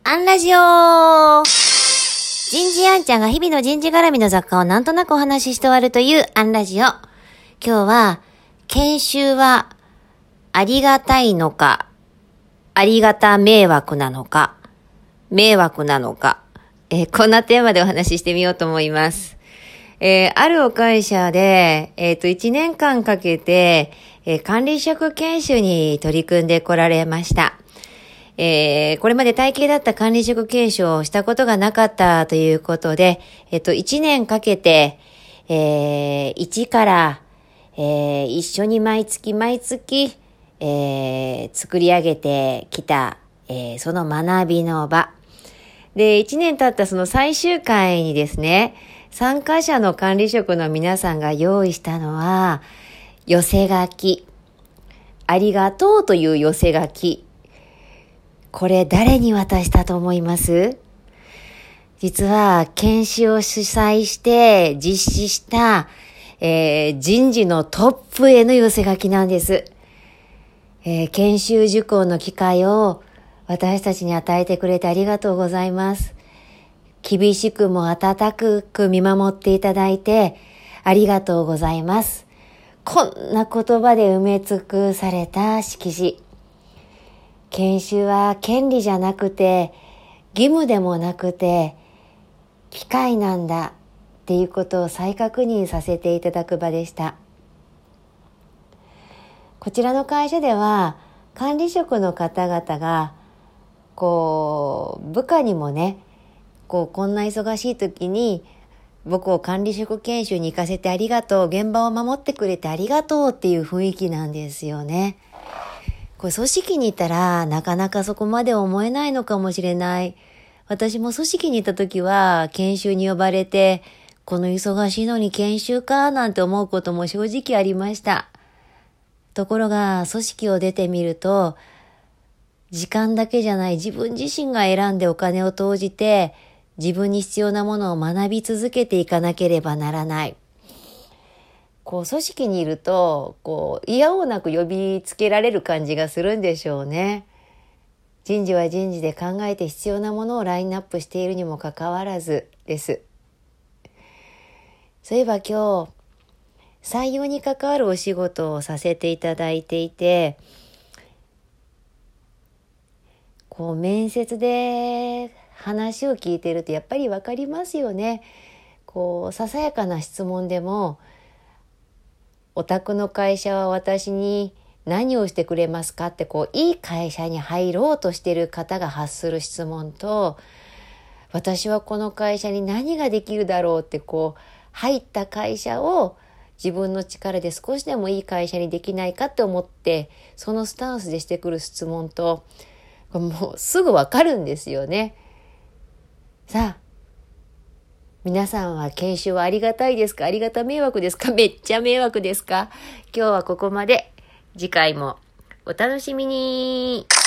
アンラジオ人事アンちゃんが日々の人事絡みの雑貨をなんとなくお話しして終わるというアンラジオ。今日は、研修はありがたいのか、ありがた迷惑なのか、迷惑なのか、こんなテーマでお話ししてみようと思います。あるお会社で、1年間かけて、管理職研修に取り組んでこられました。これまで体系だった管理職研修をしたことがなかったということで、1年かけて、一から、一緒に毎月、作り上げてきた、その学びの場。で、1年経ったその最終回にですね、参加者の管理職の皆さんが用意したのは、寄せ書き。ありがとうという寄せ書き。これ誰に渡したと思います？実は研修を主催して実施した、人事のトップへの寄せ書きなんです。研修受講の機会を私たちに与えてくれてありがとうございます。厳しくも温かく見守っていただいてありがとうございます。こんな言葉で埋め尽くされた式辞。研修は権利じゃなくて義務でもなくて機会なんだっていうことを再確認させていただく場でした。こちらの会社では管理職の方々が部下にもねこんな忙しい時に僕を管理職研修に行かせてありがとう、現場を守ってくれてありがとうっていう雰囲気なんですよね。組織にいたらなかなかそこまで思えないのかもしれない。私も組織にいた時は研修に呼ばれて、この忙しいのに研修かなんて思うことも正直ありました。ところが組織を出てみると、時間だけじゃない自分自身が選んでお金を投じて、自分に必要なものを学び続けていかなければならない。組織にいると、いやおうなく呼びつけられる感じがするんでしょうね。人事は人事で考えて必要なものをラインナップしているにもかかわらずです。そういえば今日、採用に関わるお仕事をさせていただいていて、面接で話を聞いているとやっぱりわかりますよね。ささやかな質問でも、お宅の会社は私に何をしてくれますかっていい会社に入ろうとしている方が発する質問と、私はこの会社に何ができるだろうって入った会社を自分の力で少しでもいい会社にできないかって思ってそのスタンスでしてくる質問ともうすぐわかるんですよね。さあ皆さんは研修はありがたいですか？ありがた迷惑ですか？めっちゃ迷惑ですか？今日はここまで。次回もお楽しみに。